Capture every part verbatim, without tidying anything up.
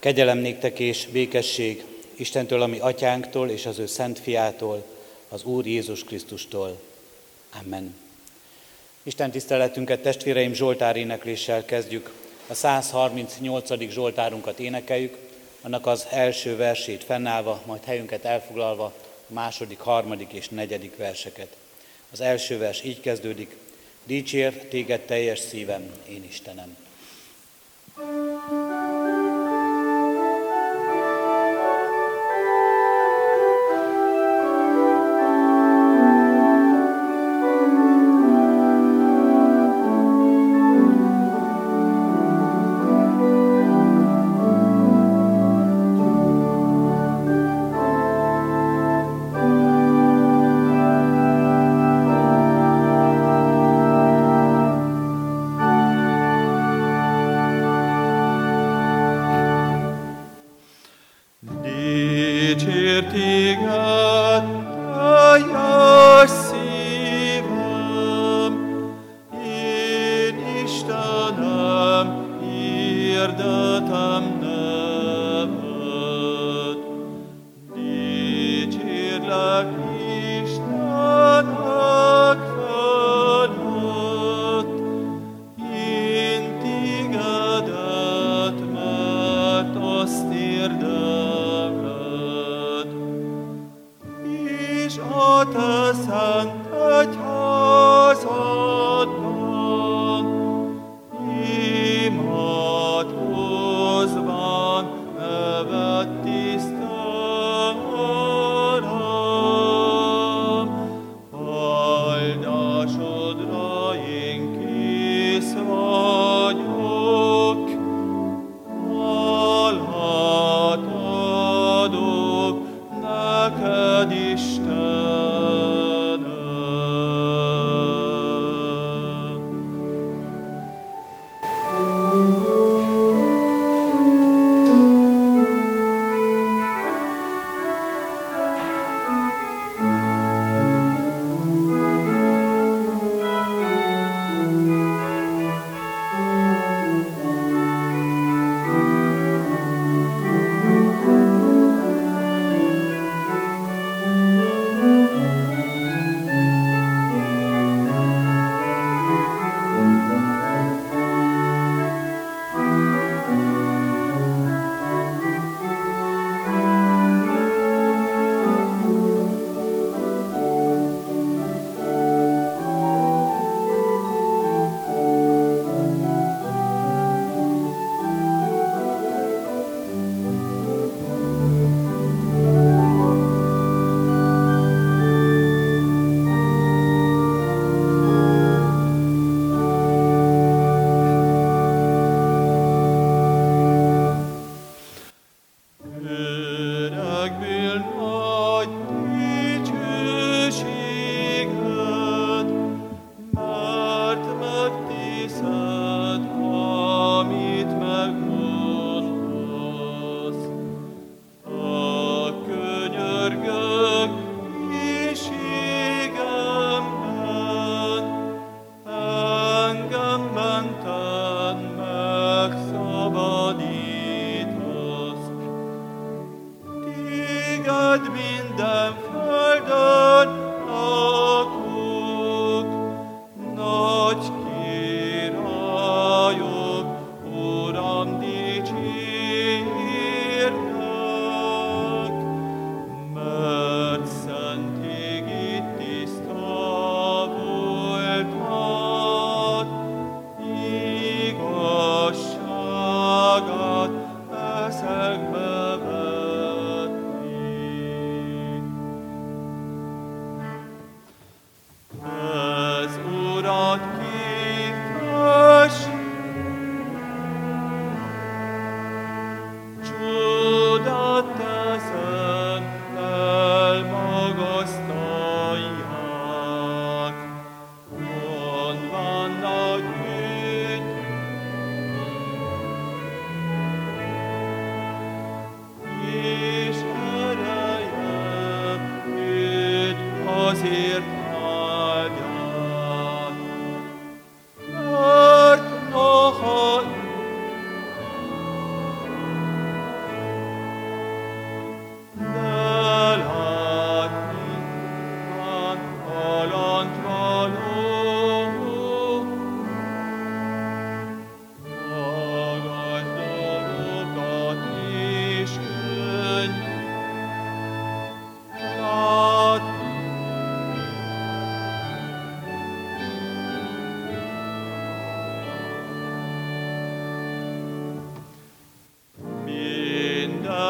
Kegyelem néktek és békesség Istentől, a mi atyánktól és az ő szent fiától, az Úr Jézus Krisztustól. Amen. Isten tiszteletünket, testvéreim, zsoltár énekléssel kezdjük. A száz harmincnyolcadik zsoltárunkat énekeljük, annak az első versét fennállva, majd helyünket elfoglalva a második, harmadik és negyedik verseket. Az első vers így kezdődik: Dicsér téged teljes szívem, én Istenem.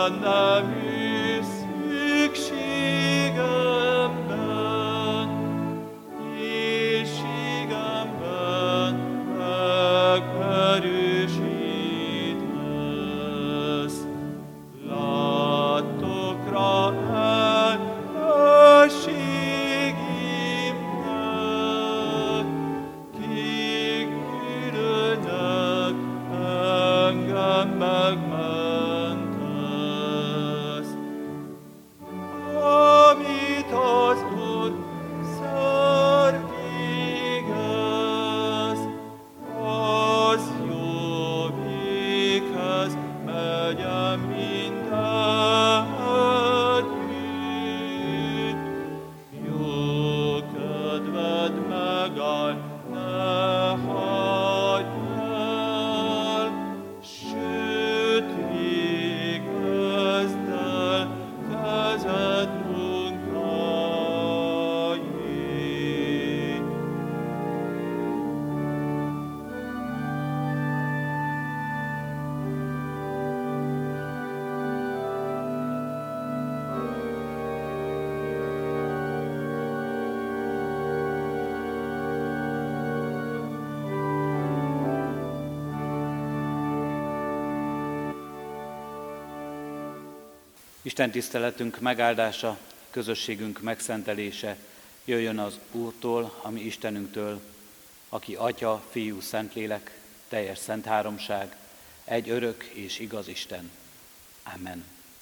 Isten tiszteletünk megáldása, közösségünk megszentelése jöjjön az Úrtól, a mi Istenünktől, aki Atya, Fiú, Szentlélek, teljes szent háromság, egy örök és igaz Isten. Amen.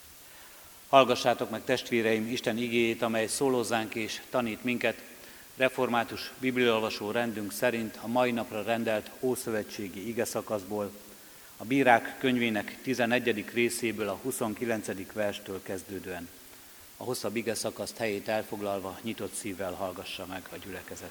Hallgassátok meg, testvéreim, Isten igéjét, amely szól hozzánk és tanít minket, református bibliaolvasó rendünk szerint a mai napra rendelt ószövetségi igeszakaszból, a Bírák könyvének tizenegyedik részéből a huszonkilencedik verstől kezdődően. A hosszabb igeszakaszt helyét elfoglalva nyitott szívvel hallgassa meg a gyülekezet.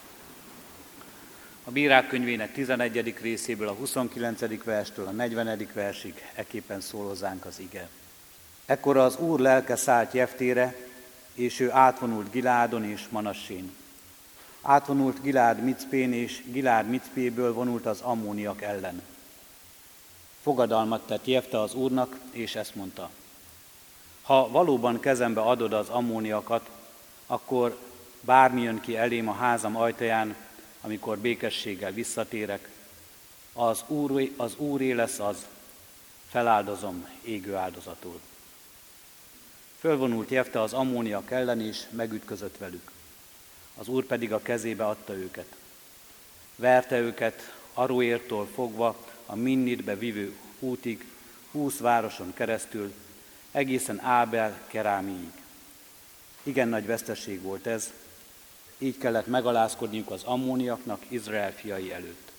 A Bírák könyvének tizenegyedik részéből a huszonkilencedik verstől a negyvenedik versig ekképpen szól hozzánk az ige. Ekkor az Úr lelke szállt Jeftére, és ő átvonult Gileádon és Manassén. Átvonult Gileád Micpén, és Gileád Micpéből vonult az ammóniak ellen. Fogadalmat tett Jefte az Úrnak, és ezt mondta: ha valóban kezembe adod az ammóniakat, akkor bármi jön ki elém a házam ajtaján, amikor békességgel visszatérek, az, úr, az Úré lesz az, feláldozom égő áldozatul. Fölvonult Jefte az ammóniak ellen, és megütközött velük. Az Úr pedig a kezébe adta őket. Verte őket Aroértól fogva a Minnitbe vivő útig, húsz városon keresztül, egészen Ábel Kerámiig. Igen nagy veszteség volt ez, így kellett megalázkodniuk az ammóniaknak Izrael fiai előtt.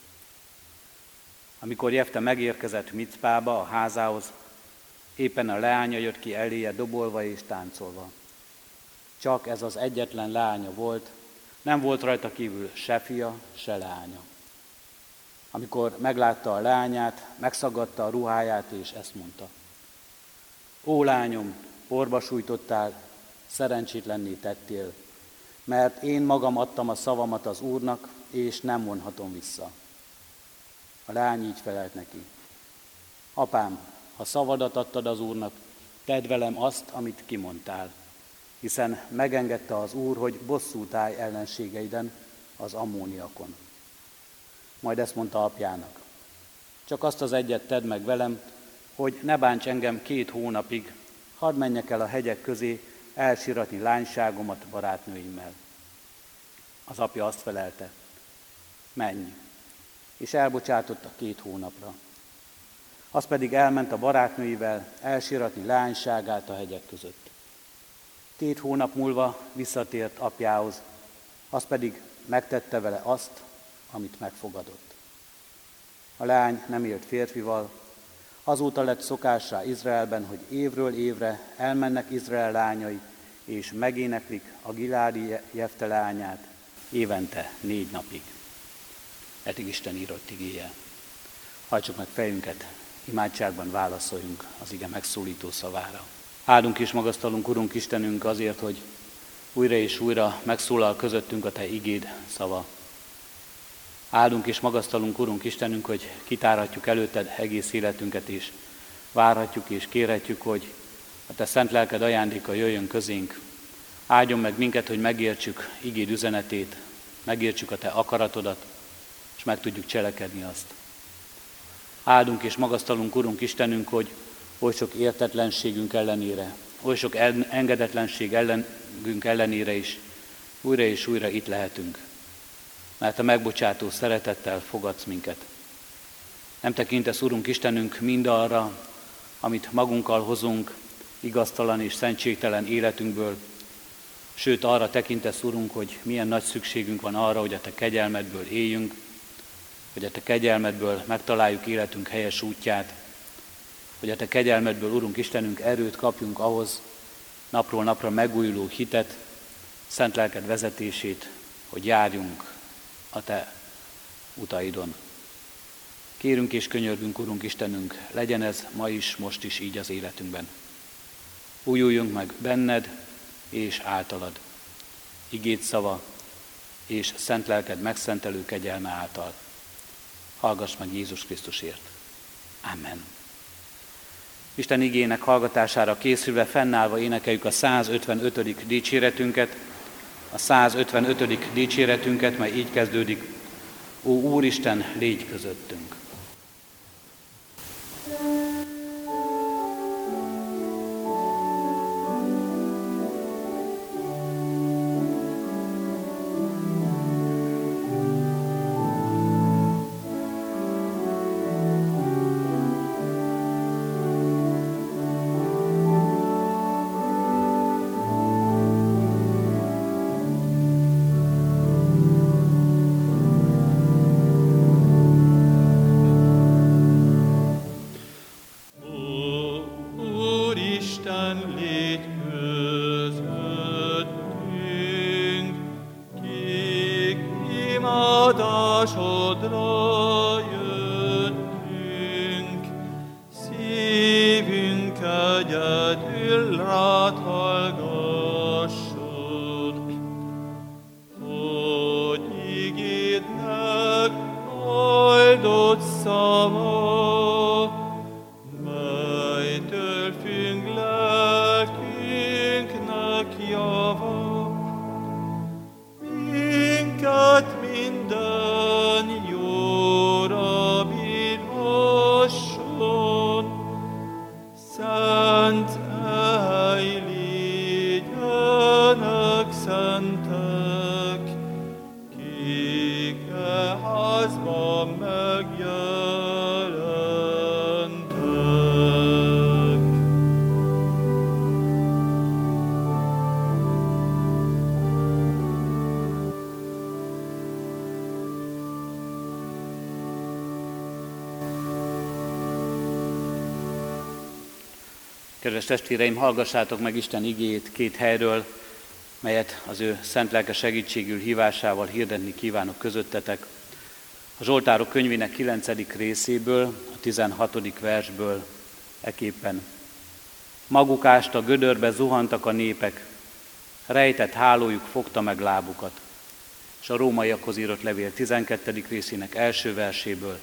Amikor Jefte megérkezett Micpába, a házához, éppen a leánya jött ki eléje dobolva és táncolva. Csak ez az egyetlen leánya volt, nem volt rajta kívül se fia, se leánya. Amikor meglátta a leányát, megszagadta a ruháját, és ezt mondta: ó lányom, porba sújtottál, szerencsétlenné tettél, mert én magam adtam a szavamat az Úrnak, és nem vonhatom vissza. A leány így felelt neki: apám, ha szavadat adtad az Úrnak, tedd velem azt, amit kimondtál, hiszen megengedte az Úr, hogy bosszút állj ellenségeiden, az ammóniakon. Majd ezt mondta apjának: csak azt az egyet tedd meg velem, hogy ne bánts engem két hónapig, hadd menjek el a hegyek közé elsiratni lányságomat barátnőimmel. Az apja azt felelte: menj, és elbocsátotta két hónapra. Az pedig elment a barátnőivel elsiratni lányságát a hegyek között. Két hónap múlva visszatért apjához, az pedig megtette vele azt, amit megfogadott. A leány nem élt férfival, azóta lett szokássá Izraelben, hogy évről évre elmennek Izrael lányai, és megéneklik a gileádi Jefte leányát évente négy napig. Eddig Isten írott igéje. Hajtsuk meg fejünket, imádságban válaszoljunk az ige megszólító szavára. Áldunk és magasztalunk, Urunk Istenünk, azért, hogy újra és újra megszólal közöttünk a Te igéd szava. Áldunk és magasztalunk, Urunk Istenünk, hogy kitárhatjuk előtted egész életünket is, várhatjuk és kérhetjük, hogy a Te szent lelked ajándéka jöjjön közénk. Áldjon meg minket, hogy megértsük igéd üzenetét, megértsük a Te akaratodat, és meg tudjuk cselekedni azt. Áldunk és magasztalunk, Urunk Istenünk, hogy oly sok értetlenségünk ellenére, oly sok engedetlenség ellenünk ellenére is újra és újra itt lehetünk, mert a megbocsátó szeretettel fogadsz minket. Nem tekintesz, Urunk Istenünk, mindarra, amit magunkkal hozunk, igaztalan és szentségtelen életünkből, sőt arra tekintesz, Urunk, hogy milyen nagy szükségünk van arra, hogy a Te kegyelmedből éljünk, hogy a Te kegyelmedből megtaláljuk életünk helyes útját, hogy a Te kegyelmedből, Urunk Istenünk, erőt kapjunk ahhoz, napról napra megújuló hitet, szent lelked vezetését, hogy járjunk a Te utaidon. Kérünk és könyörgünk, Urunk Istenünk, legyen ez ma is, most is így az életünkben. Újuljunk meg benned és általad, igéd szava és szent lelked megszentelő kegyelme által. Hallgass meg Jézus Krisztusért. Amen. Isten igének hallgatására készülve, fennállva énekeljük a százötvenötödik dicséretünket, a százötvenötödik dicséretünket, mely így kezdődik: Ó Úristen, légy közöttünk! Kedves testvéreim, hallgassátok meg Isten igéjét két helyről, melyet az ő szent lelke segítségül hívásával hirdetni kívánok közöttetek. A Zsoltárok könyvének kilencedik részéből, a tizenhatodik versből eképpen. Maguk ásta gödörbe zuhantak a népek, rejtett hálójuk fogta meg lábukat. És a Rómaiakhoz írott levél tizenkettedik részének első verséből.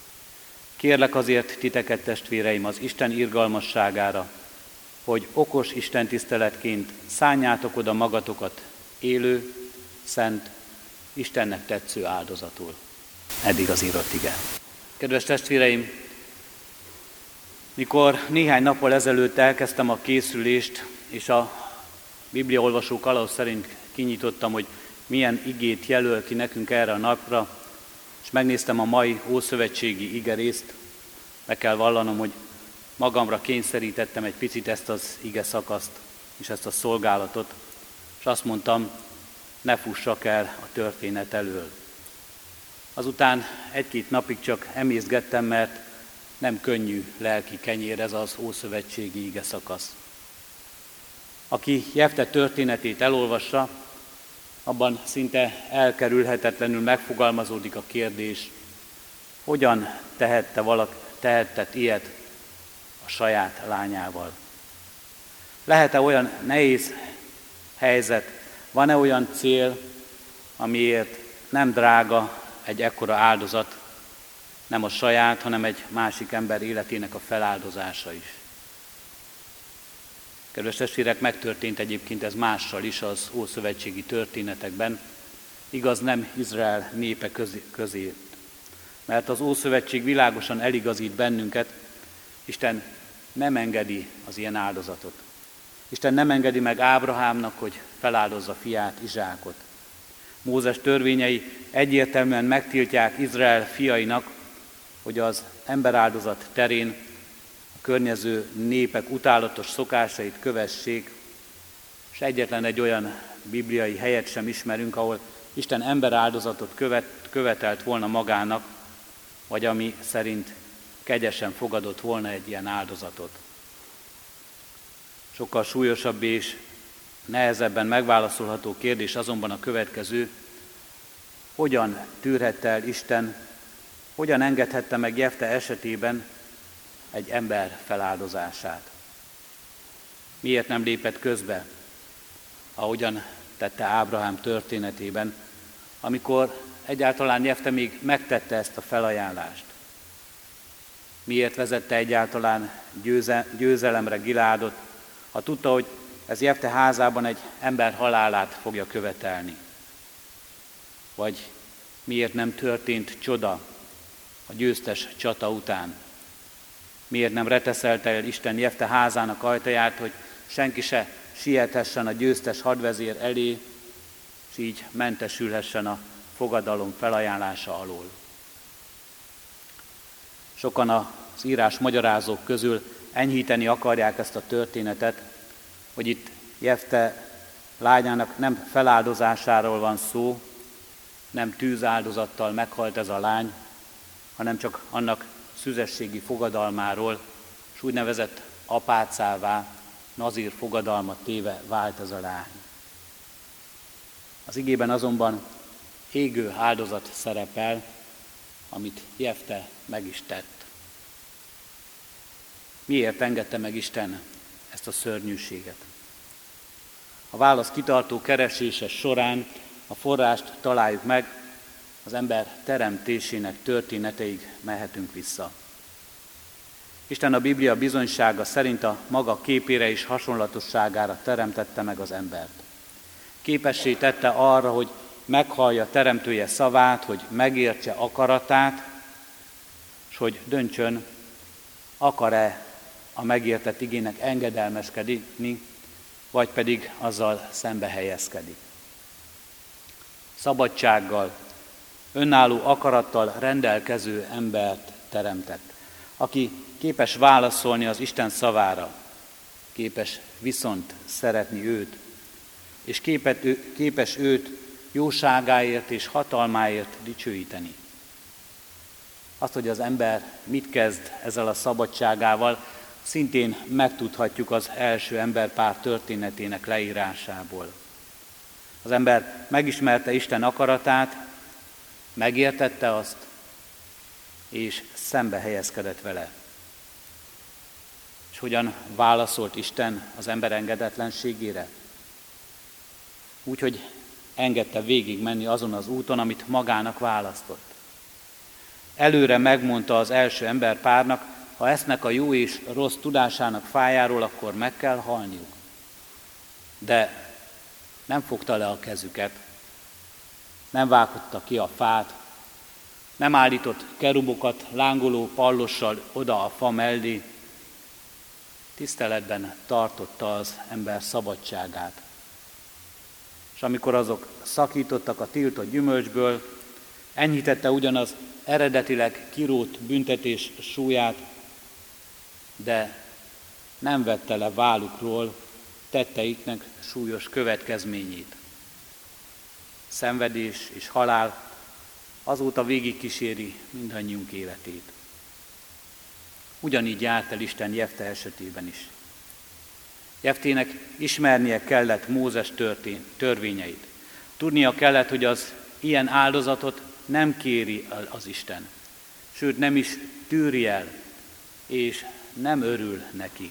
Kérlek azért titeket, testvéreim, az Isten irgalmasságára, hogy okos istentiszteletként szánjátok oda magatokat élő, szent, Istennek tetsző áldozatul. Eddig az írott ige. Kedves testvéreim, mikor néhány nappal ezelőtt elkezdtem a készülést, és a bibliaolvasó kalauz szerint kinyitottam, hogy milyen igét jelöl ki nekünk erre a napra, és megnéztem a mai ószövetségi igerészt, meg kell vallanom, hogy magamra kényszerítettem egy picit ezt az ige szakaszt és ezt a szolgálatot, és azt mondtam, ne fussak el a történet elől. Azután egy-két napig csak emészgettem, mert nem könnyű lelki kenyér ez az ószövetségi ige szakasz. Aki Jefte történetét elolvassa, abban szinte elkerülhetetlenül megfogalmazódik a kérdés, hogyan tehette valaki, tehetett ilyet a saját lányával. Lehet-e olyan nehéz helyzet, van-e olyan cél, amiért nem drága egy ekkora áldozat, Nem a saját, hanem egy másik ember életének a feláldozása is. Kedves testvérek, megtörtént egyébként ez mással is az ószövetségi történetekben, igaz nem Izrael népe közé, közé. Mert az Ószövetség világosan eligazít bennünket, Isten nem engedi az ilyen áldozatot. Isten nem engedi meg Ábrahámnak, hogy feláldozza fiát, Izsákot. Mózes törvényei egyértelműen megtiltják Izrael fiainak, hogy az emberáldozat terén a környező népek utálatos szokásait kövessék, és egyetlen egy olyan bibliai helyet sem ismerünk, ahol Isten emberáldozatot követ, követelt volna magának, vagy ami szerint kegyesen fogadott volna egy ilyen áldozatot. Sokkal súlyosabb és nehezebben megválaszolható kérdés azonban a következő: hogyan tűrhette el Isten, hogyan engedhette meg Jefte esetében egy ember feláldozását? Miért nem lépett közbe, ahogyan tette Ábrahám történetében, amikor egyáltalán Jefte még megtette ezt a felajánlást? Miért vezette egyáltalán győze, győzelemre Giládot, ha tudta, hogy ez Jefte házában egy ember halálát fogja követelni? Vagy miért nem történt csoda a győztes csata után? Miért nem reteszelte el Isten Jefte házának ajtaját, hogy senki se siethessen a győztes hadvezér elé, és így mentesülhessen a fogadalom felajánlása alól? Sokan az írás magyarázók közül enyhíteni akarják ezt a történetet, hogy itt Jefte lányának nem feláldozásáról van szó, nem tűzáldozattal meghalt ez a lány, hanem csak annak szüzességi fogadalmáról, és úgynevezett apácává, nazír fogadalmat téve vált ez a lány. Az igében azonban égő áldozat szerepel, amit Jefte meg is tett. Miért engedte meg Isten ezt a szörnyűséget? A válasz kitartó keresése során a forrást találjuk meg, az ember teremtésének történeteig mehetünk vissza. Isten a Biblia bizonysága szerint a maga képére és hasonlatosságára teremtette meg az embert. Képessé tette arra, hogy meghallja teremtője szavát, hogy megértse akaratát, és hogy döntsön, akar-e a megértett igének engedelmeskedni, vagy pedig azzal szembe helyezkedik. Szabadsággal, önálló akarattal rendelkező embert teremtett, aki képes válaszolni az Isten szavára, képes viszont szeretni őt, és képes őt jóságáért és hatalmáért dicsőíteni. Azt, hogy az ember mit kezd ezzel a szabadságával, szintén megtudhatjuk az első emberpár történetének leírásából. Az ember megismerte Isten akaratát, megértette azt, és szembe helyezkedett vele. És hogyan válaszolt Isten az ember engedetlenségére? Úgy, hogy engedte végig menni azon az úton, amit magának választott. Előre megmondta az első emberpárnak, ha esznek a jó és rossz tudásának fájáról, akkor meg kell halniuk. De nem fogta le a kezüket, nem vágta ki a fát, nem állított kerubokat lángoló pallossal oda a fa mellé, tiszteletben tartotta az ember szabadságát. És amikor azok szakítottak a tiltott gyümölcsből, enyhítette ugyanaz eredetileg kirótt büntetés súlyát, de nem vette le vállukról tetteiknek súlyos következményét. Szenvedés és halál azóta végigkíséri mindannyiunk életét. Ugyanígy járt el Isten Jefte esetében is. Jeftének ismernie kellett Mózes történ- törvényeit. Tudnia kellett, hogy az ilyen áldozatot nem kéri el az Isten, sőt nem is tűri el, és nem örül neki.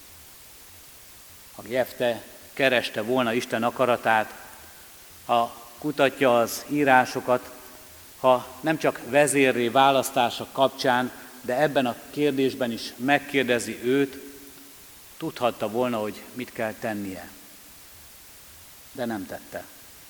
Ha Jefte kereste volna Isten akaratát, ha kutatja az írásokat, ha nem csak vezérré választása kapcsán, de ebben a kérdésben is megkérdezi őt, tudhatta volna, hogy mit kell tennie. De nem tette.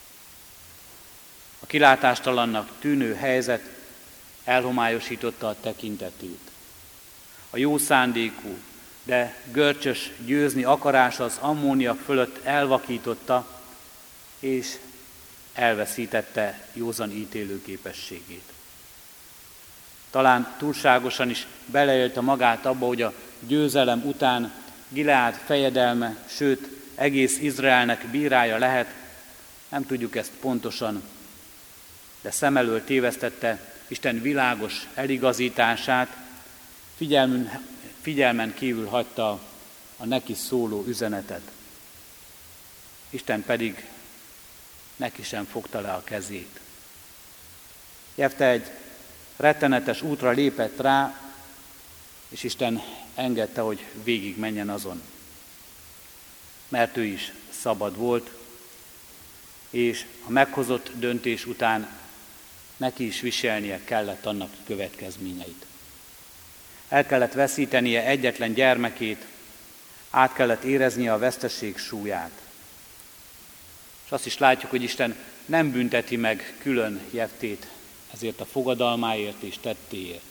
A kilátástalannak tűnő helyzet elhomályosította a tekintetét. A jó szándékú, de görcsös győzni akarása az ammóniak fölött elvakította, és elveszítette józan ítélő képességét. Talán túlságosan is beleélte magát abba, hogy a győzelem után Gileád fejedelme, sőt egész Izraelnek bírája lehet, nem tudjuk ezt pontosan, de szem elől tévesztette Isten világos eligazítását, figyelmen, figyelmen kívül hagyta a neki szóló üzenetet. Isten pedig neki sem fogta le a kezét. Jefte egy rettenetes útra lépett rá, és Isten engedte, hogy végig menjen azon. Mert ő is szabad volt, és a meghozott döntés után neki is viselnie kellett annak következményeit. El kellett veszítenie egyetlen gyermekét, át kellett éreznie a veszteség súlyát. És azt is látjuk, hogy Isten nem bünteti meg külön Jeftét ezért a fogadalmáért és tettéért.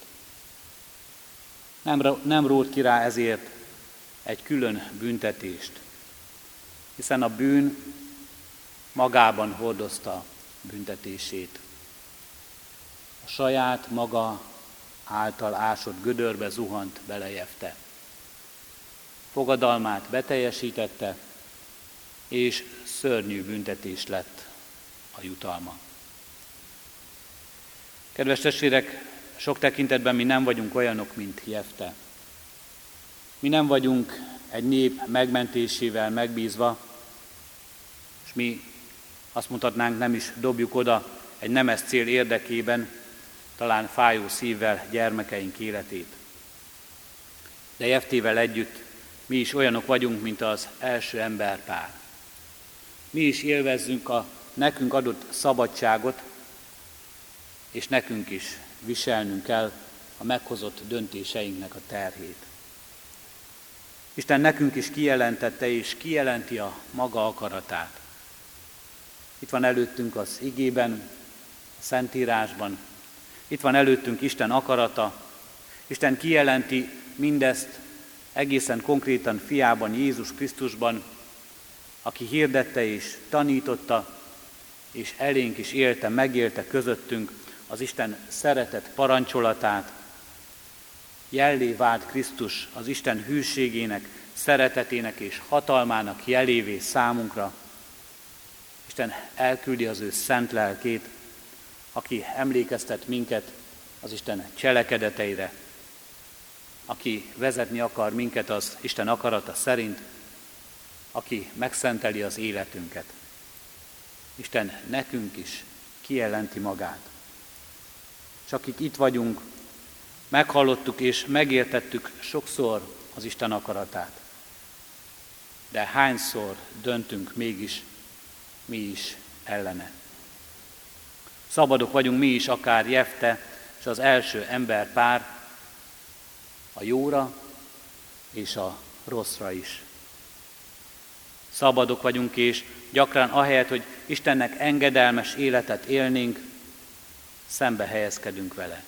Nem, nem rótt ki rá ezért egy külön büntetést, hiszen a bűn magában hordozta büntetését. A saját maga által ásott gödörbe zuhant bele Jefte. Fogadalmát beteljesítette, és szörnyű büntetés lett a jutalma. Kedves testvérek, sok tekintetben mi nem vagyunk olyanok, mint Jefte. Mi nem vagyunk egy nép megmentésével megbízva, és mi azt mutatnánk, nem is dobjuk oda egy nemes cél érdekében, talán fájó szívvel gyermekeink életét. De Jeftével együtt mi is olyanok vagyunk, mint az első emberpár. Mi is élvezzünk a nekünk adott szabadságot, és nekünk is viselnünk kell a meghozott döntéseinknek a terhét. Isten nekünk is kijelentette és kijelenti a maga akaratát. Itt van előttünk az igében, a Szentírásban, itt van előttünk Isten akarata. Isten kijelenti mindezt egészen konkrétan fiában, Jézus Krisztusban, aki hirdette és tanította, és elénk is élte, megélte közöttünk az Isten szeretet parancsolatát. Jellé vált Krisztus az Isten hűségének, szeretetének és hatalmának jelévé számunkra. Isten elküldi az ő szent lelkét, aki emlékeztet minket az Isten cselekedeteire, aki vezetni akar minket az Isten akarata szerint, aki megszenteli az életünket. Isten nekünk is kijelenti magát. És akik itt vagyunk, meghallottuk és megértettük sokszor az Isten akaratát. De hányszor döntünk mégis mi is ellene? Szabadok vagyunk mi is, akár Jefte és az első emberpár, a jóra és a rosszra is. Szabadok vagyunk, és gyakran ahelyett, hogy Istennek engedelmes életet élnénk, szembe helyezkedünk vele.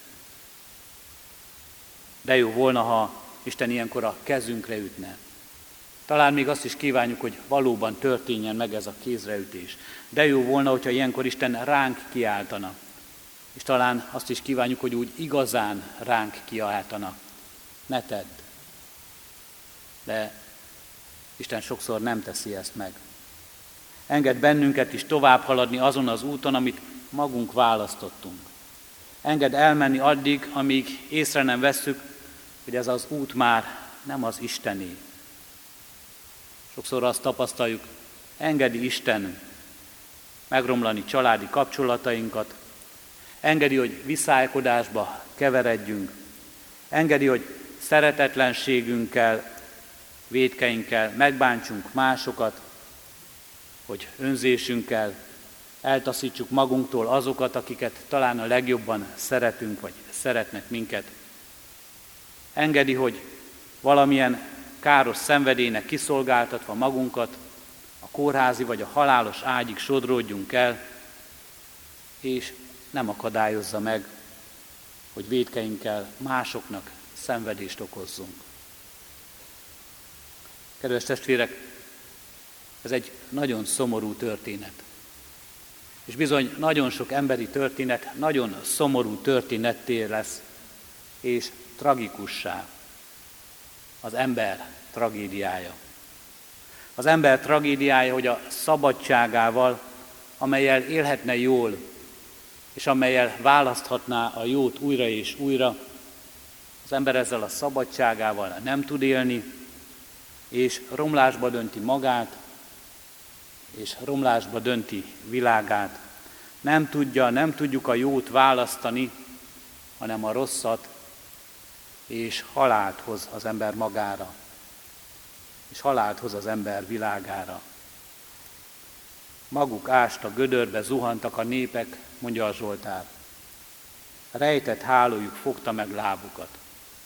De jó volna, ha Isten ilyenkor a kezünkre ütne. Talán még azt is kívánjuk, hogy valóban történjen meg ez a kézreütés. De jó volna, hogyha ilyenkor Isten ránk kiáltana. És talán azt is kívánjuk, hogy úgy igazán ránk kiáltana. Ne tedd. De Isten sokszor nem teszi ezt meg. Enged bennünket is tovább haladni azon az úton, amit magunk választottunk. Enged elmenni addig, amíg észre nem vesszük, hogy ez az út már nem az Istené. Sokszor azt tapasztaljuk, engedi Isten megromlani családi kapcsolatainkat, engedi, hogy viszálykodásba keveredjünk, engedi, hogy szeretetlenségünkkel, vétkeinkkel megbántsunk másokat, hogy önzésünkkel eltaszítsuk magunktól azokat, akiket talán a legjobban szeretünk, vagy szeretnek minket. Engedi, hogy valamilyen káros szenvedélynek kiszolgáltatva magunkat a kórházi vagy a halálos ágyig sodródjunk el, és nem akadályozza meg, hogy vétkeinkkel másoknak szenvedést okozzunk. Kedves testvérek, ez egy nagyon szomorú történet. És bizony nagyon sok emberi történet nagyon szomorú történetté lesz, és tragikussá. Az ember tragédiája. Az ember tragédiája, hogy a szabadságával, amellyel élhetne jól, és amellyel választhatná a jót újra és újra, az ember ezzel a szabadságával nem tud élni, és romlásba dönti magát, és romlásba dönti világát. Nem tudja, nem tudjuk a jót választani, hanem a rosszat, és halált hoz az ember magára, és halált hoz az ember világára. Maguk ásta gödörbe zuhantak a népek, mondja a Zsoltár. Rejtett hálójuk fogta meg lábukat.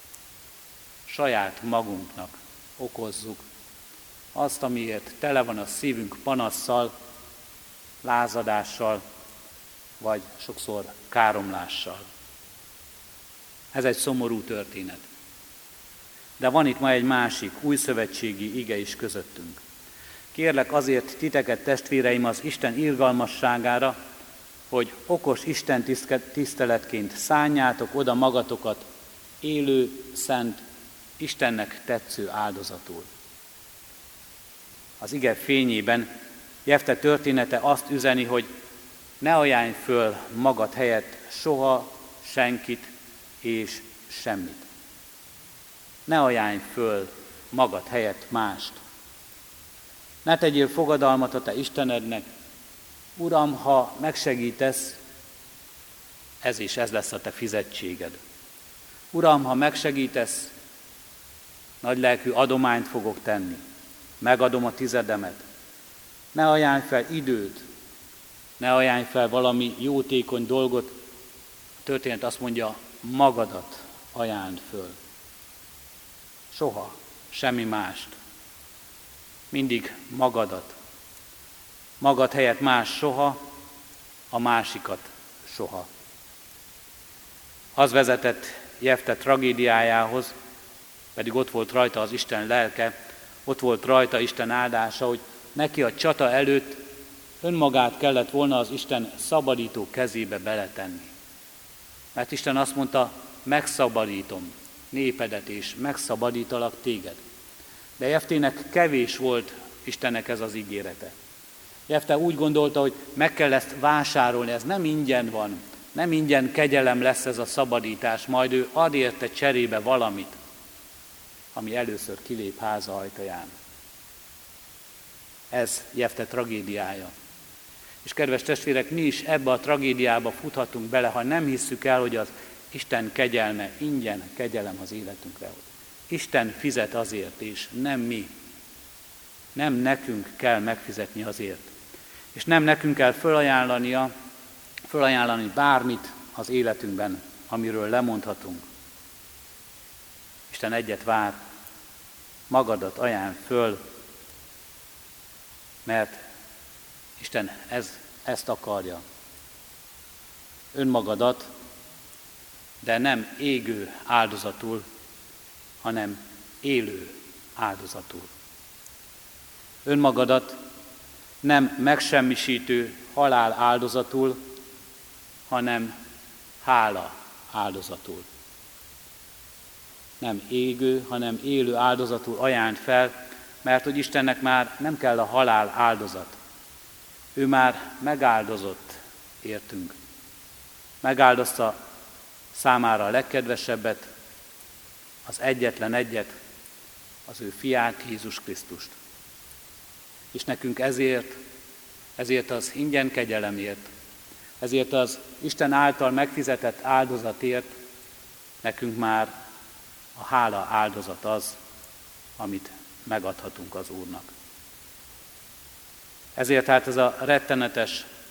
Saját magunknak okozzuk azt, amiért tele van a szívünk panasszal, lázadással, vagy sokszor káromlással. Ez egy szomorú történet. De van itt ma egy másik, újszövetségi ige is közöttünk. Kérlek azért titeket, testvéreim, az Isten irgalmasságára, hogy okos Isten tiszteletként szánjátok oda magatokat élő, szent, Istennek tetsző áldozatul. Az ige fényében Jefte története azt üzeni, hogy ne ajánlj föl magad helyett soha senkit és semmit. Ne ajánlj föl magad helyett mást. Ne tegyél fogadalmat a te Istenednek. Uram, ha megsegítesz, ez is ez lesz a te fizetséged. Uram, ha megsegítesz, nagy lelkű adományt fogok tenni. Megadom a tizedemet. Ne ajánlj fel időt, ne ajánlj fel valami jótékony dolgot. A történet azt mondja, magadat ajánld föl. Soha, semmi mást. Mindig magadat. Magad helyett más soha, a másikat soha. Az vezetett Jefte tragédiájához, pedig ott volt rajta az Isten lelke, ott volt rajta Isten áldása, hogy neki a csata előtt önmagát kellett volna az Isten szabadító kezébe beletenni. Mert Isten azt mondta, megszabadítom népedet és megszabadítalak téged. De Jeftének kevés volt Istennek ez az ígérete. Jefte úgy gondolta, hogy meg kell ezt vásárolni, ez nem ingyen van, nem ingyen kegyelem lesz ez a szabadítás, majd ő ad érte cserébe valamit, ami először kilép háza ajtaján. Ez Jefte tragédiája. És kedves testvérek, mi is ebbe a tragédiába futhatunk bele, ha nem hisszük el, hogy az Isten kegyelme ingyen kegyelem az életünkre. Isten fizet azért, és nem mi. Nem nekünk kell megfizetni azért. És nem nekünk kell fölajánlania, fölajánlani bármit az életünkben, amiről lemondhatunk. Isten egyet vár, magadat ajánl föl, mert Isten ez, ezt akarja. Önmagadat, de nem égő áldozatul, hanem élő áldozatul. Önmagadat nem megsemmisítő halál áldozatul, hanem hála áldozatul. Nem égő, hanem élő áldozatul ajánd fel, mert hogy Istennek már nem kell a halál áldozat. Ő már megáldozott értünk. Megáldozta számára a legkedvesebbet, az egyetlen egyet, az ő fiát, Jézus Krisztust. És nekünk ezért, ezért az ingyen kegyelemért, ezért az Isten által megfizetett áldozatért nekünk már a hála áldozat az, amit megadhatunk az Úrnak. Ezért hát ez a rettenetes,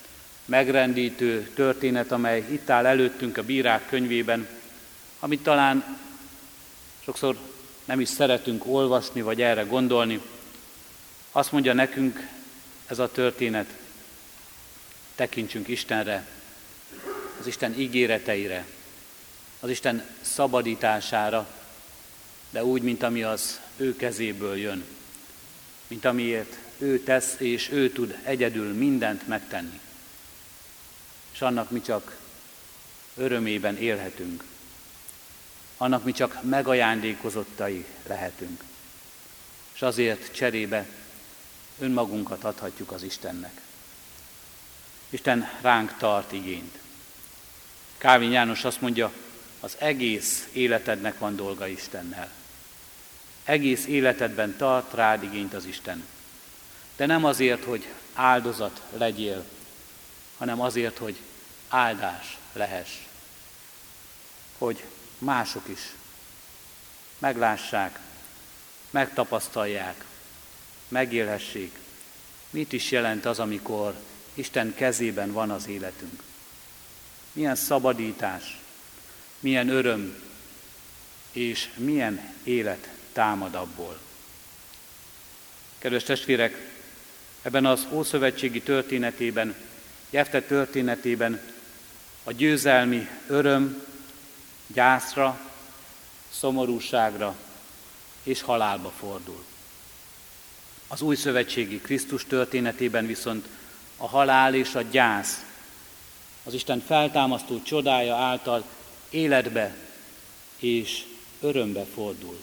megrendítő történet, amely itt áll előttünk a Bírák könyvében, amit talán sokszor nem is szeretünk olvasni, vagy erre gondolni. Azt mondja nekünk ez a történet, tekintsünk Istenre, az Isten ígéreteire, az Isten szabadítására, de úgy, mint ami az ő kezéből jön, mint amiért ő tesz, és ő tud egyedül mindent megtenni. És annak mi csak örömében élhetünk. Annak mi csak megajándékozottai lehetünk. És azért cserébe önmagunkat adhatjuk az Istennek. Isten ránk tart igényt. Kálvin János azt mondja, az egész életednek van dolga Istennel. Egész életedben tart rád igényt az Isten. De nem azért, hogy áldozat legyél, hanem azért, hogy áldás lehess. Hogy mások is meglássák, megtapasztalják, megélhessék, mit is jelent az, amikor Isten kezében van az életünk. Milyen szabadítás, milyen öröm, és milyen élet támad abból. Kedves testvérek, ebben az ószövetségi történetében, Jefte történetében a győzelmi öröm gyászra, szomorúságra és halálba fordul. Az újszövetségi Krisztus történetében viszont a halál és a gyász az Isten feltámasztó csodája által életbe és örömbe fordul.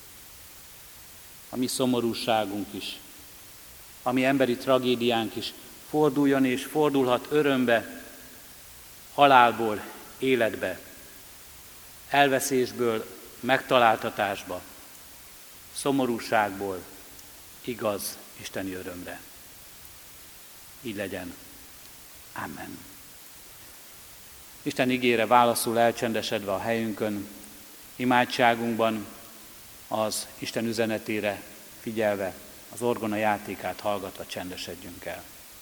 A mi szomorúságunk is, a mi emberi tragédiánk is forduljon és fordulhat örömbe, halálból életbe, elveszésből megtaláltatásba, szomorúságból igaz isteni örömre. Így legyen. Amen. Isten igére válaszul elcsendesedve a helyünkön, imádságunkban az Isten üzenetére figyelve, az orgona játékát hallgatva csendesedjünk el.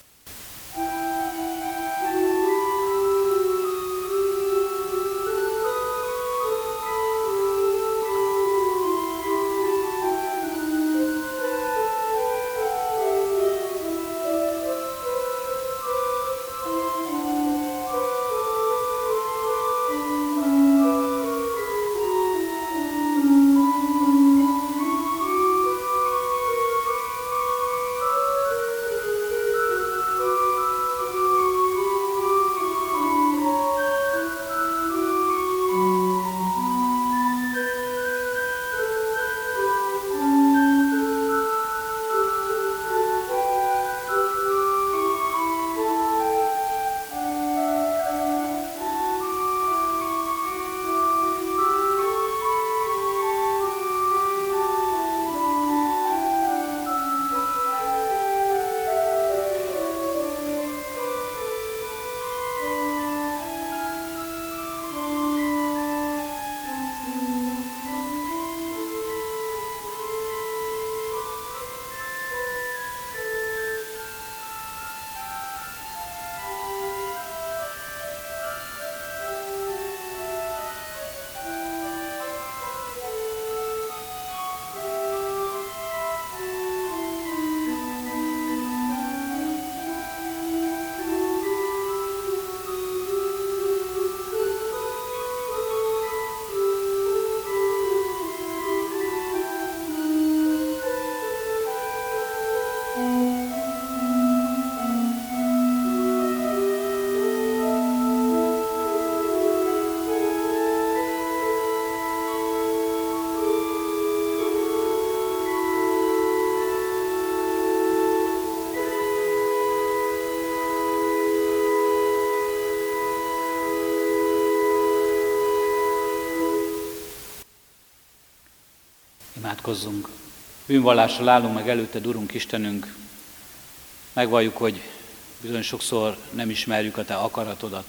Imádkozzunk. Bűnvallással állunk meg előtted, Urunk Istenünk. Megvalljuk, hogy bizony sokszor nem ismerjük a Te akaratodat.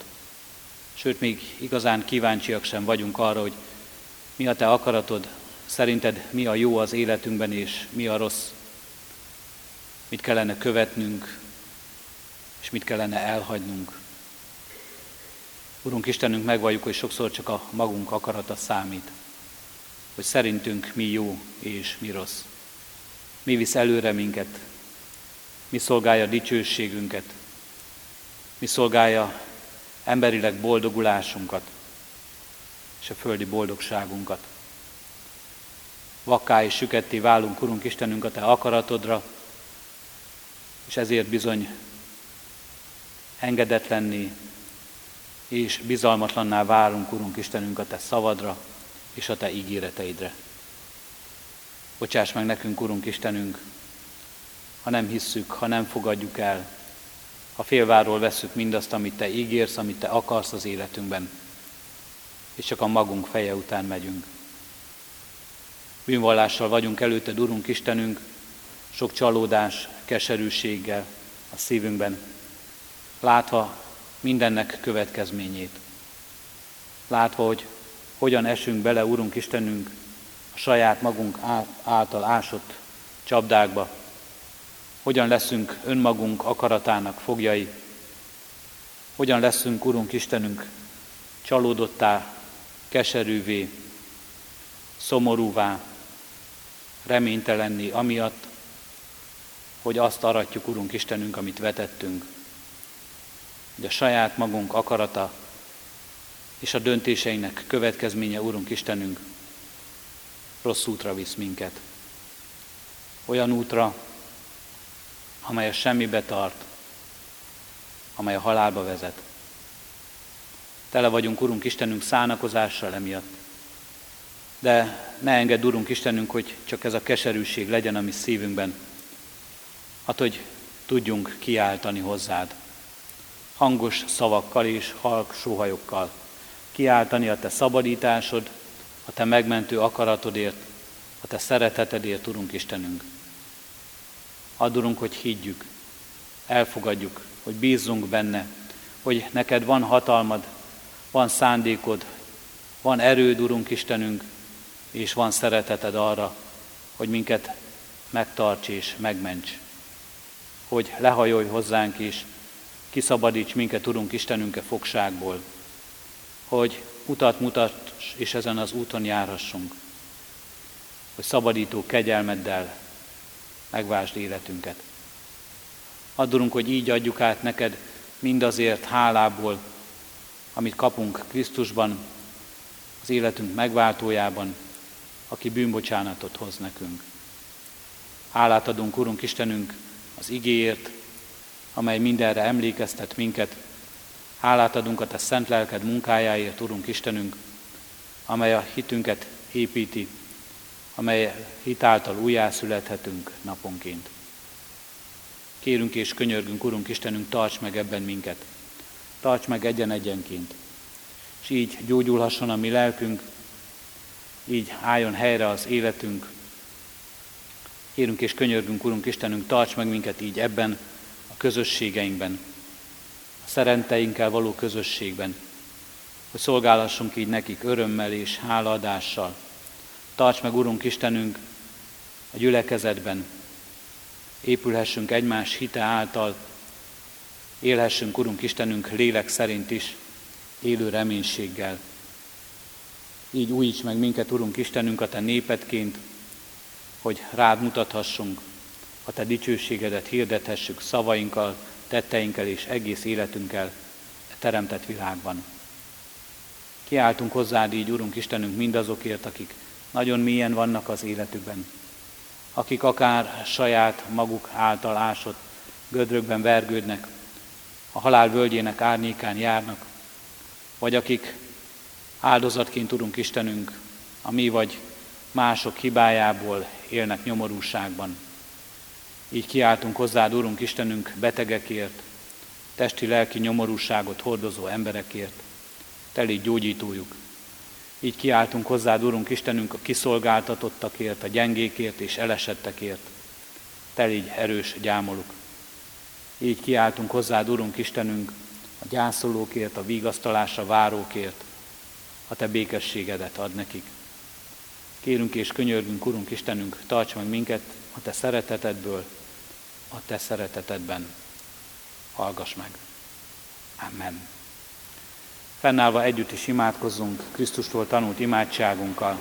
Sőt, még igazán kíváncsiak sem vagyunk arra, hogy mi a Te akaratod, szerinted mi a jó az életünkben, és mi a rossz. Mit kellene követnünk, és mit kellene elhagynunk. Urunk Istenünk, megvalljuk, hogy sokszor csak a magunk akarata számít, hogy szerintünk mi jó és mi rossz. Mi visz előre minket, mi szolgálja dicsőségünket, mi szolgálja emberileg boldogulásunkat és a földi boldogságunkat. Vakká és süketté válunk, Urunk Istenünk, a Te akaratodra, és ezért bizony engedetlenné és bizalmatlanná válunk, Urunk Istenünk, a Te szavadra és a Te ígéreteidre. Bocsáss meg nekünk, Urunk Istenünk, ha nem hisszük, ha nem fogadjuk el, ha félváról vesszük mindazt, amit Te ígérsz, amit Te akarsz az életünkben, és csak a magunk feje után megyünk. Bűnvallással vagyunk előtted, Urunk Istenünk, sok csalódás, keserűséggel a szívünkben, látva mindennek következményét. Látva, hogy hogyan esünk bele, Urunk Istenünk, a saját magunk által ásott csapdákba, hogyan leszünk önmagunk akaratának foglyai, hogyan leszünk, Urunk Istenünk, csalódottá, keserűvé, szomorúvá, reménytelenné amiatt, hogy azt aratjuk, Urunk Istenünk, amit vetettünk. Hogy a saját magunk akarata és a döntéseinek következménye, Urunk Istenünk, rossz útra visz minket. Olyan útra, amely a semmibe tart, amely a halálba vezet. Tele vagyunk, Urunk Istenünk, szánakozással emiatt. De ne engedd, Urunk Istenünk, hogy csak ez a keserűség legyen a mi szívünkben, hát, hogy tudjunk kiáltani hozzád. Hangos szavakkal és halk sóhajokkal. Kiáltani a Te szabadításod, a Te megmentő akaratodért, a Te szeretetedért, Urunk Istenünk. Add, Urunk, hogy higgyük, elfogadjuk, hogy bízzunk benne, hogy neked van hatalmad, van szándékod, van erőd, Urunk Istenünk, és van szereteted arra, hogy minket megtarts és megments. Hogy lehajolj hozzánk és kiszabadíts minket, Urunk Istenünk, e fogságból. Hogy utat mutass, és ezen az úton járhassunk. Hogy szabadító kegyelmeddel megváltsd életünket. Add, Urunk, hogy így adjuk át neked mindazért hálából, amit kapunk Krisztusban, az életünk megváltójában, aki bűnbocsánatot hoz nekünk. Hálát adunk, Urunk Istenünk, az igéért, amely mindenre emlékeztet minket. Hálát adunk a Te szent lelked munkájáért, Urunk Istenünk, amely a hitünket építi, amely hitáltal újjászülethetünk naponként. Kérünk és könyörgünk, Urunk Istenünk, tarts meg ebben minket. Tarts meg egyen-egyenként. És így gyógyulhasson a mi lelkünk, így álljon helyre az életünk. Kérünk és könyörgünk, Urunk Istenünk, tarts meg minket így ebben a közösségeinkben, a szerenteinkkel való közösségben, hogy szolgálhassunk így nekik örömmel és hálaadással. Tarts meg, Urunk Istenünk, a gyülekezetben, épülhessünk egymás hite által, élhessünk, Urunk Istenünk, lélek szerint is, élő reménységgel. Így újíts meg minket, Urunk Istenünk, a Te népedként, hogy rád mutathassunk, a Te dicsőségedet hirdethessük szavainkkal, tetteinkkel és egész életünkkel a teremtett világban. Kiáltunk hozzád így, Urunk Istenünk, mindazokért, akik nagyon mélyen vannak az életükben, akik akár saját maguk által ásott gödrökben vergődnek, a halál völgyének árnyékán járnak, vagy akik áldozatként, Urunk Istenünk, a mi vagy mások hibájából élnek nyomorúságban. Így kiáltunk hozzád, Urunk Istenünk, betegekért, testi-lelki nyomorúságot hordozó emberekért, Te légy gyógyítójuk. Így kiáltunk hozzád, Urunk Istenünk, a kiszolgáltatottakért, a gyengékért és elesettekért, Te légy erős gyámoluk. Így kiáltunk hozzád, Urunk Istenünk, a gyászolókért, a vigasztalásra várókért, a Te békességedet ad nekik. Kérünk és könyörgünk, Urunk Istenünk, tarts meg minket a Te szeretetedből, a Te szeretetedben. hallgass meg. Amen. Fennállva együtt is imádkozzunk Krisztustól tanult imádságunkkal.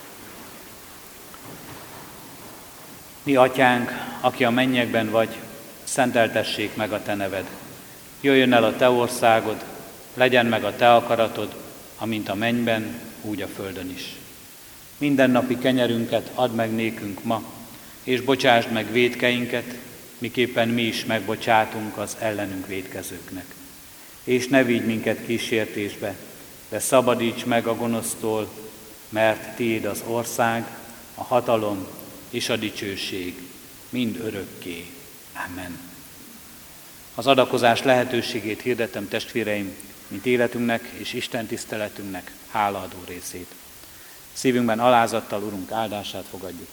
Mi atyánk, aki a mennyekben vagy, szenteltessék meg a te neved. Jöjjön el a te országod, legyen meg a te akaratod, amint a mennyben, úgy a földön is. Mindennapi kenyerünket add meg nékünk ma, és bocsásd meg vétkeinket, miképpen mi is megbocsátunk az ellenünk vétkezőknek. És ne vigy minket kísértésbe, de szabadíts meg a gonosztól, mert tiéd az ország, a hatalom és a dicsőség mind örökké. Amen. Az adakozás lehetőségét hirdetem, testvéreim, mint életünknek és Isten tiszteletünknek hálaadó részét. Szívünkben alázattal Urunk áldását fogadjuk.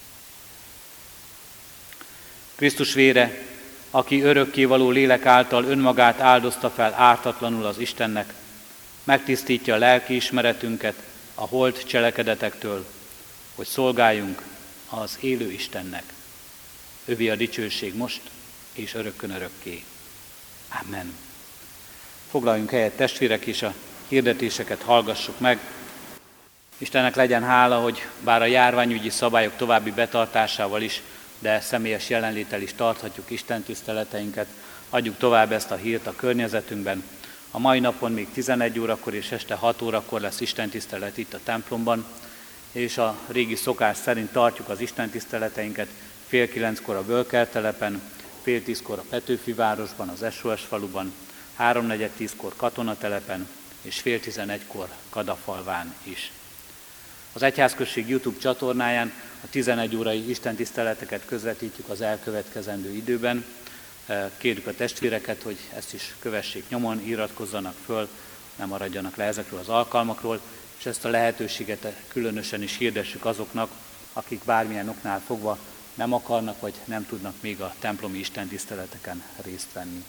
Krisztus vére, aki örökkévaló lélek által önmagát áldozta fel ártatlanul az Istennek, megtisztítja a lelkiismeretünket a holt cselekedetektől, hogy szolgáljunk az élő Istennek. Övé a dicsőség most és örökkön örökké. Amen. Foglaljunk helyet, testvérek, és a hirdetéseket hallgassuk meg. Istennek legyen hála, hogy bár a járványügyi szabályok további betartásával is, de személyes jelenléttel is tarthatjuk Isten tiszteleteinket, adjuk tovább ezt a hírt a környezetünkben. A mai napon még tizenegy órakor és este hat órakor lesz Isten tisztelet itt a templomban, és a régi szokás szerint tartjuk az Isten tiszteleteinket fél kilenckor a Bölker-telepen, fél tízkor a Petőfivárosban, az es o es faluban, háromnegyed tízkor Katonatelepen, és fél tizenegykor Kadafalván is. Az Egyházközség YouTube csatornáján a tizenegy órai istentiszteleteket közvetítjük az elkövetkezendő időben. Kérjük a testvéreket, hogy ezt is kövessék nyomon, iratkozzanak föl, ne maradjanak le ezekről az alkalmakról, és ezt a lehetőséget különösen is hirdessük azoknak, akik bármilyen oknál fogva nem akarnak, vagy nem tudnak még a templomi istentiszteleteken részt venni.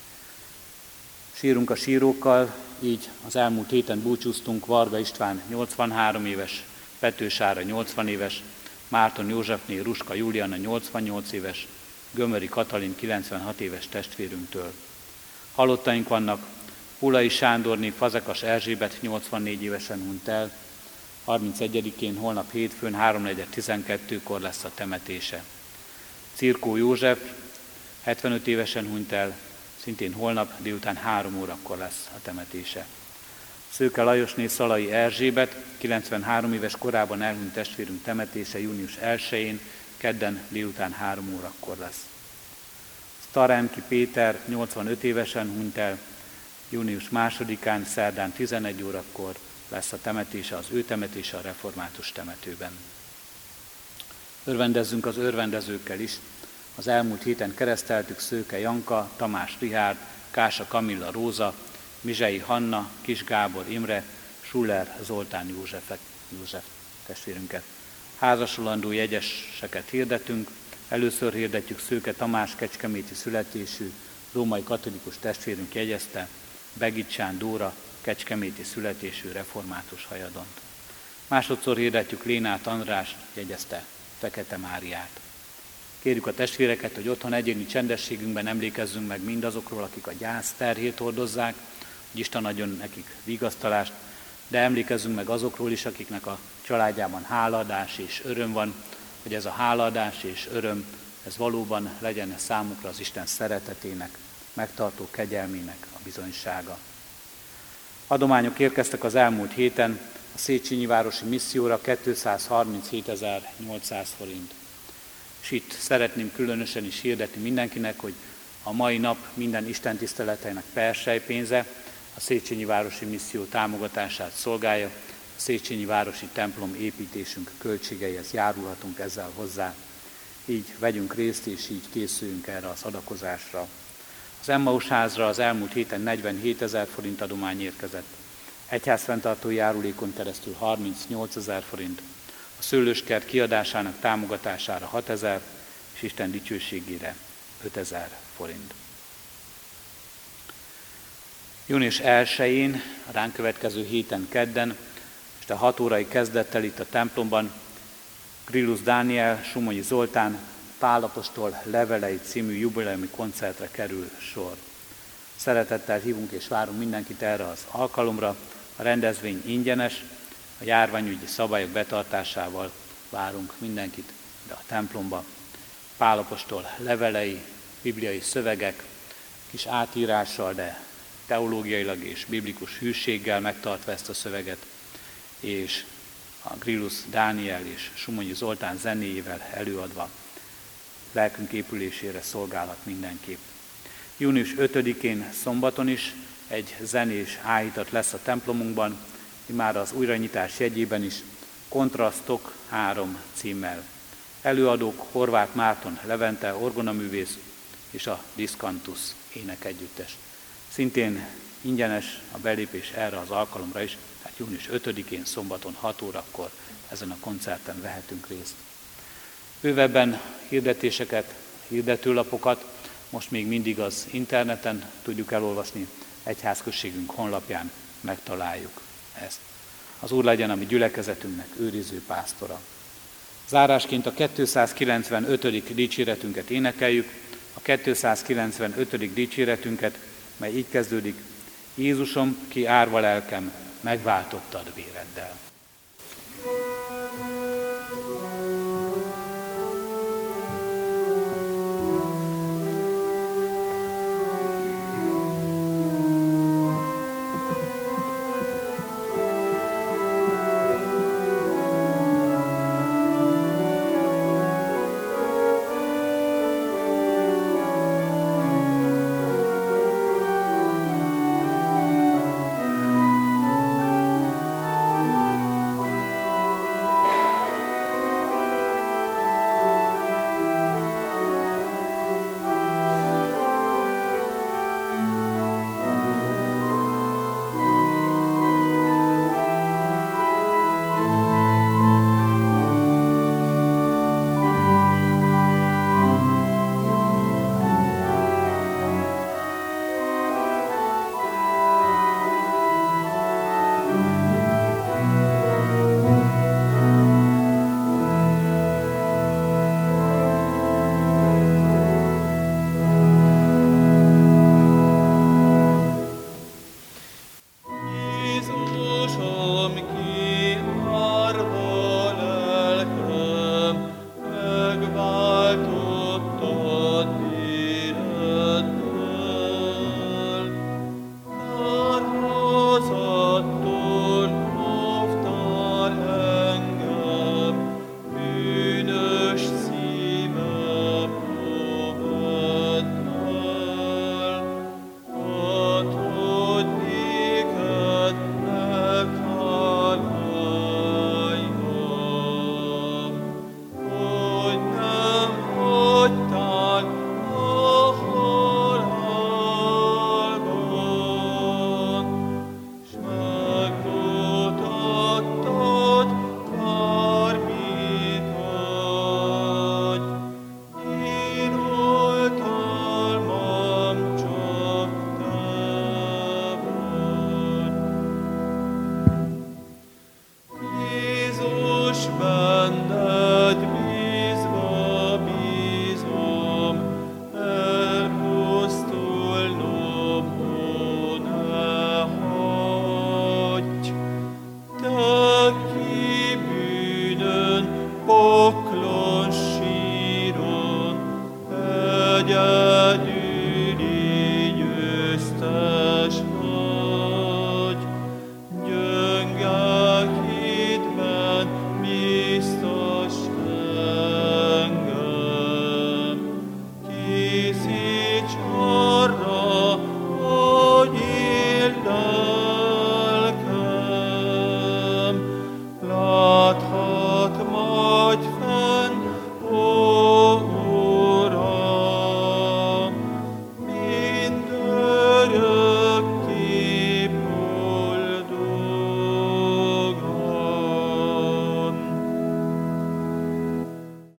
Sírunk a sírókkal, így az elmúlt héten búcsúztunk Varga István nyolcvanhárom éves, Pető Sára nyolcvan éves, Márton Józsefné Ruska Juliana nyolcvannyolc éves, Gömöri Katalin kilencvenhat éves testvérünktől. Halottaink vannak, Hulai Sándorné Fazekas Erzsébet nyolcvannégy évesen hunyt el, harmincegyedikén holnap hétfőn háromnegyed tizenkettőkor lesz a temetése. Cirkó József hetvenöt évesen hunyt el, szintén holnap délután három órakor lesz a temetése. Szőke Lajosné Szalai Erzsébet kilencvenhárom éves korában elhunyt testvérünk temetése június elsején, kedden délután három órakor lesz. Staremki Péter nyolcvanöt évesen hunyt el, június másodikán, szerdán tizenegy órakor lesz a temetése, az ő temetése a református temetőben. Örvendezzünk az örvendezőkkel is. Az elmúlt héten kereszteltük Szőke Janka, Tamás Rihárd, Kása Kamilla Róza, Mizsei Hanna, Kis Gábor Imre, Schuller Zoltán Józsefek, József testvérünket. Házasulandó jegyeseket hirdetünk. Először hirdetjük Szőke Tamás kecskeméti születésű, római katolikus testvérünk jegyezte, Begicsán Dóra kecskeméti születésű református hajadont. Másodszor hirdetjük Lénát Andrást, jegyezte Fekete Máriát. Kérjük a testvéreket, hogy otthon egyéni csendességünkben emlékezzünk meg mindazokról, akik a gyász terhét hordozzák, hogy Isten adjon nekik vigasztalást, de emlékezzünk meg azokról is, akiknek a családjában hálaadás és öröm van, hogy ez a hálaadás és öröm, ez valóban legyen számukra az Isten szeretetének, megtartó kegyelmének a bizonysága. Adományok érkeztek az elmúlt héten, a Széchenyi városi misszióra kétszázharminchétezer-nyolcszáz forint. És itt szeretném különösen is hirdetni mindenkinek, hogy a mai nap minden istentiszteleteinek persejpénze a Széchenyi városi misszió támogatását szolgálja, a Széchenyi városi templom építésünk költségeihez járulhatunk ezzel hozzá. Így vegyünk részt, és így készüljünk erre az adakozásra. Az Emmaus házra az elmúlt héten negyvenhétezer forint adomány érkezett, egyházfenntartó járulékon keresztül harmincnyolcezer forint, a szőlőskert kiadásának támogatására hatezer, és Isten dicsőségére ötezer forint. június elsején, a ránk következő héten kedden, este hat órai kezdettel itt a templomban Grillus Dániel, Sumonyi Zoltán, Pál apostol levelei című jubileumi koncertre kerül sor. Szeretettel hívunk és várunk mindenkit erre az alkalomra. A rendezvény ingyenes, a járványügyi szabályok betartásával várunk mindenkit ide a templomba. Pál apostol levelei, bibliai szövegek, kis átírással, de teológiailag és biblikus hűséggel megtartva ezt a szöveget, és a Grillus Dániel és Sumonyi Zoltán zenéjével előadva lelkünk épülésére szolgálhat mindenképp. június ötödikén szombaton is egy zenés áhítat lesz a templomunkban, már az újranyitás jegyében is, Kontrasztok három címmel. Előadók Horváth Márton Levente orgonaművész és a Diskantus énekegyüttes. Szintén ingyenes a belépés erre az alkalomra is, tehát június ötödikén szombaton hat órakor ezen a koncerten vehetünk részt. Bővebben hirdetéseket, hirdetőlapokat most még mindig az interneten tudjuk elolvasni, egyházközségünk honlapján megtaláljuk ezt. Az Úr legyen a mi gyülekezetünknek őriző pásztora. Zárásként a kétszázkilencvenötödik dicséretünket énekeljük, a kétszázkilencvenötödik dicséretünket, mely így kezdődik: Jézusom, ki árva lelkem, megváltottad véreddel. poklon síron, egyedül